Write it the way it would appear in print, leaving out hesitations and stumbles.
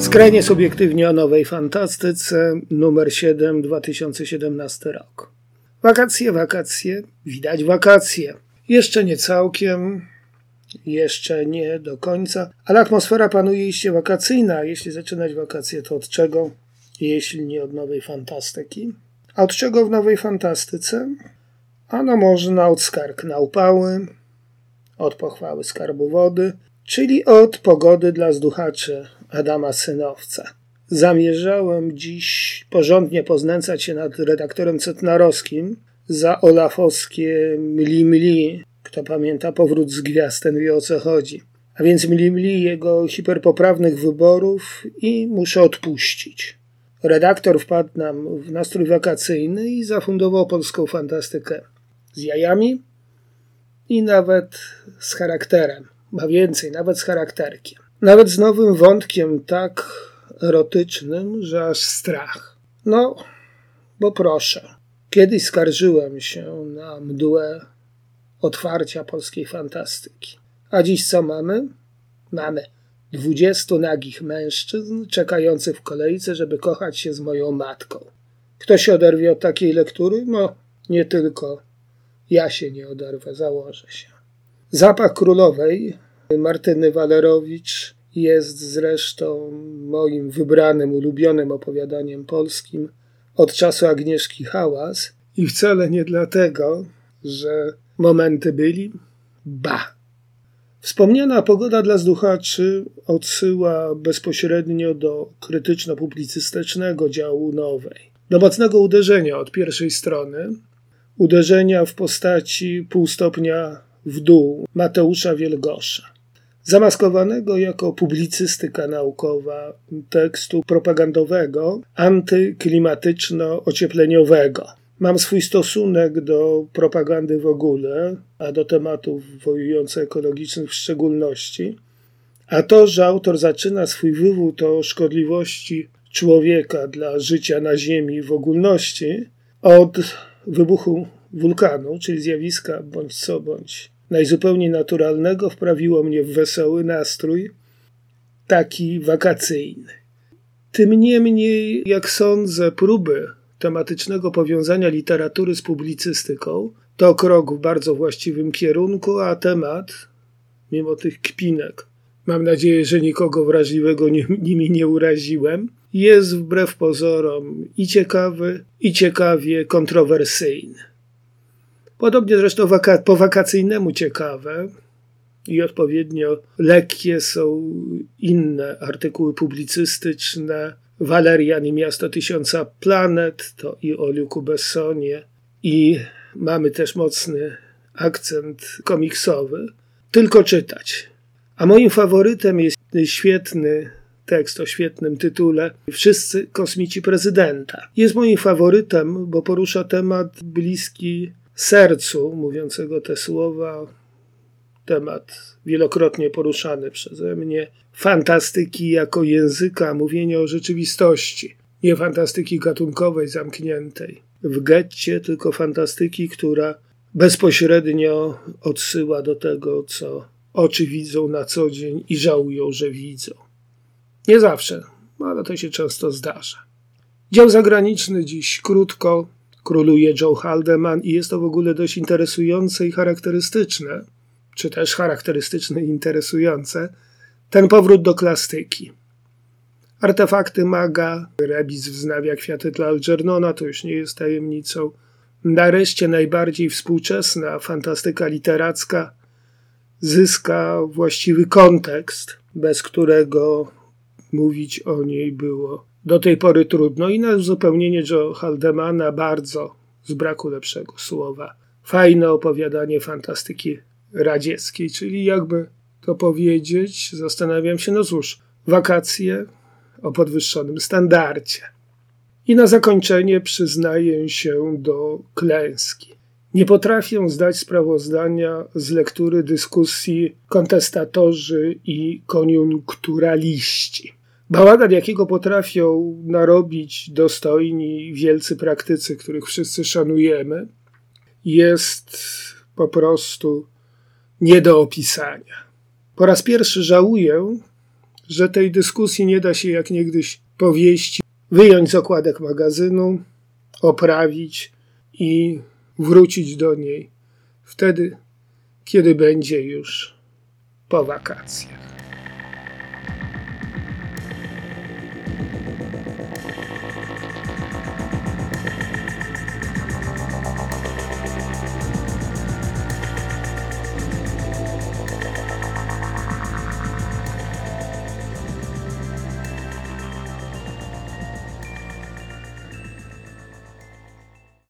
Skrajnie subiektywnie o nowej fantastyce, numer 7, 2017 rok. Wakacje, widać wakacje. Jeszcze nie całkiem, jeszcze nie do końca, ale atmosfera panuje iście wakacyjna. Jeśli zaczynać wakacje, to od czego? Jeśli nie od nowej fantastyki. A od czego w nowej fantastyce? Ano można od skarg na upały, od pochwały skarbu wody, czyli od pogody dla zduchaczy Adama Synowca. Zamierzałem dziś porządnie poznęcać się nad redaktorem Cetnarowskim za olafowskie mli. Kto pamięta powrót z gwiazd, ten wie, o co chodzi. A więc mli jego hiperpoprawnych wyborów i muszę odpuścić. Redaktor wpadł nam w nastrój wakacyjny i zafundował polską fantastykę z jajami i nawet z charakterem. Ba więcej, nawet z charakterkiem. Nawet z nowym wątkiem tak erotycznym, że aż strach. No, bo proszę. Kiedyś skarżyłem się na mdłe otwarcia polskiej fantastyki. A dziś co mamy? Mamy 20 nagich mężczyzn czekających w kolejce, żeby kochać się z moją matką. Kto się oderwie od takiej lektury? No, nie tylko ja się nie oderwę, założę się. Zapach królowej Martyny Walerowicz jest zresztą moim wybranym, ulubionym opowiadaniem polskim od czasu Agnieszki Hałas i wcale nie dlatego, że momenty byli, Wspomniana pogoda dla zduchaczy odsyła bezpośrednio do krytyczno-publicystycznego działu nowej. Do mocnego uderzenia od pierwszej strony, uderzenia w postaci pół stopnia w dół Mateusza Wielgosza, zamaskowanego jako publicystyka naukowa tekstu propagandowego, antyklimatyczno-ociepleniowego. Mam swój stosunek do propagandy w ogóle, a do tematów wojująco-ekologicznych w szczególności. A to, że autor zaczyna swój wywód o szkodliwości człowieka dla życia na Ziemi w ogólności od wybuchu wulkanu, czyli zjawiska bądź co bądź najzupełniej naturalnego, wprawiło mnie w wesoły nastrój, taki wakacyjny. Tym niemniej, jak sądzę, próby tematycznego powiązania literatury z publicystyką to krok w bardzo właściwym kierunku, a temat, mimo tych kpinek, mam nadzieję, że nikogo wrażliwego nimi nie uraziłem, jest wbrew pozorom i ciekawy, i ciekawie kontrowersyjny. Podobnie zresztą po wakacyjnemu ciekawe i odpowiednio lekkie są inne artykuły publicystyczne. Walerian i Miasto Tysiąca Planet, to i o Lucu Bessonie, i mamy też mocny akcent komiksowy. Tylko czytać. A moim faworytem jest świetny tekst o świetnym tytule Wszyscy kosmici prezydenta. Jest moim faworytem, bo porusza temat bliski sercu mówiącego te słowa, temat wielokrotnie poruszany przeze mnie, fantastyki jako języka mówienia o rzeczywistości. Nie fantastyki gatunkowej, zamkniętej w getcie, tylko fantastyki, która bezpośrednio odsyła do tego, co oczy widzą na co dzień i żałują, że widzą. Nie zawsze, ale to się często zdarza. Dział zagraniczny dziś krótko. Króluje Joe Haldeman i jest to w ogóle dość interesujące i charakterystyczne, czy też charakterystyczne i interesujące, ten powrót do klasyki. Artefakty maga, Rebis wznawia kwiaty dla Algernona, to już nie jest tajemnicą. Nareszcie najbardziej współczesna fantastyka literacka zyska właściwy kontekst, bez którego mówić o niej było do tej pory trudno. I na uzupełnienie Joe Haldemana bardzo, z braku lepszego słowa, fajne opowiadanie fantastyki radzieckiej, czyli jakby to powiedzieć, zastanawiam się, no cóż, wakacje o podwyższonym standardzie. I na zakończenie przyznaję się do klęski. Nie potrafię zdać sprawozdania z lektury dyskusji kontestatorzy i koniunkturaliści. Bałagan, jakiego potrafią narobić dostojni, wielcy praktycy, których wszyscy szanujemy, jest po prostu nie do opisania. Po raz pierwszy żałuję, że tej dyskusji nie da się jak niegdyś powieści wyjąć z okładek magazynu, oprawić i wrócić do niej wtedy, kiedy będzie już po wakacjach.